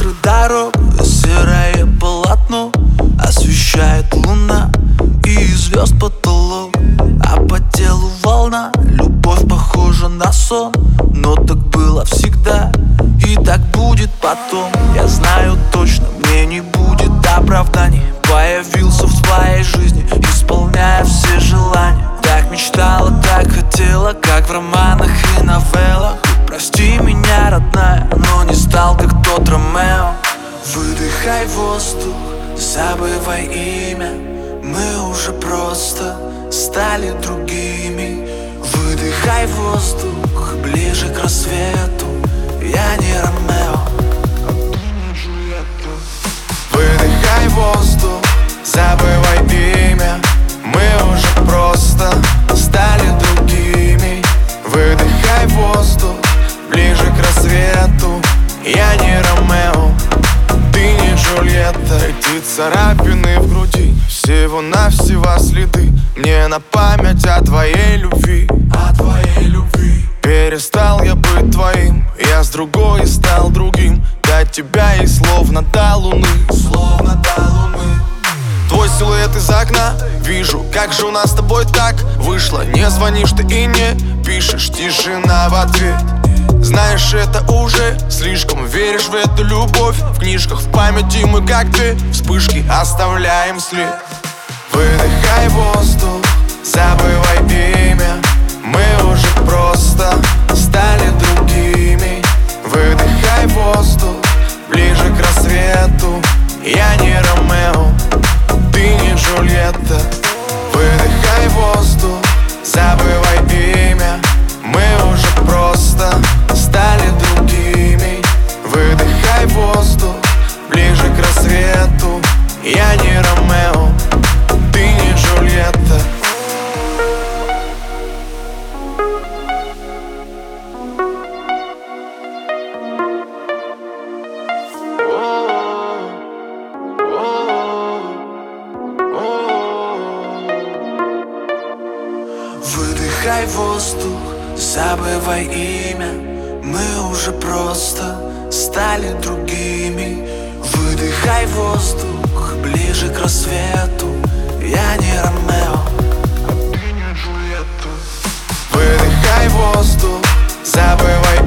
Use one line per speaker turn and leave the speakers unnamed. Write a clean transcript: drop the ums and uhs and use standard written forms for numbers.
центре дорог серое полотно освещает луна и звезд потолок, а по телу волна. Любовь похожа на сон, но так было всегда и так будет потом. Я знаю точно, мне не будет оправданий. Появился в твоей жизни, исполняя все желания. Так мечтала, так хотела, как в романах и новеллах. Прости меня, родная, но не стал ты тот Ромео. Выдыхай воздух, забывай имя, мы уже просто стали другими. Выдыхай воздух, ближе к рассвету, я не Ромео.
Выдыхай воздух, забывай имя, мы уже просто стали другими. Выдыхай воздух, ближе к рассвету, я не Ромео, ты не Джульетта. Эти царапины в груди, всего-навсего следы мне на память о твоей любви. Перестал я быть твоим, я с другой стал другим. До тебя и словно до луны, твой силуэт из окна, вижу, как же у нас с тобой так вышло. Не звонишь ты и не пишешь, тишина в ответ. Знаешь, это уже слишком, веришь в эту любовь. В книжках, в памяти мы как две вспышки оставляем след. Выдыхай воздух, забывай имя, мы уже просто стали другими. Выдыхай воздух, ближе к рассвету, я не Ромео, ты не Джульетта. Выдыхай воздух, забывай имя, мы уже просто стали другими. Выдыхай воздух, ближе к рассвету, я не Ромео, ты не Джульетта.
Выдыхай воздух, забывай имя, мы уже просто стали другими. Выдыхай воздух, ближе к рассвету, я не Ромео.
Выдыхай воздух, забывай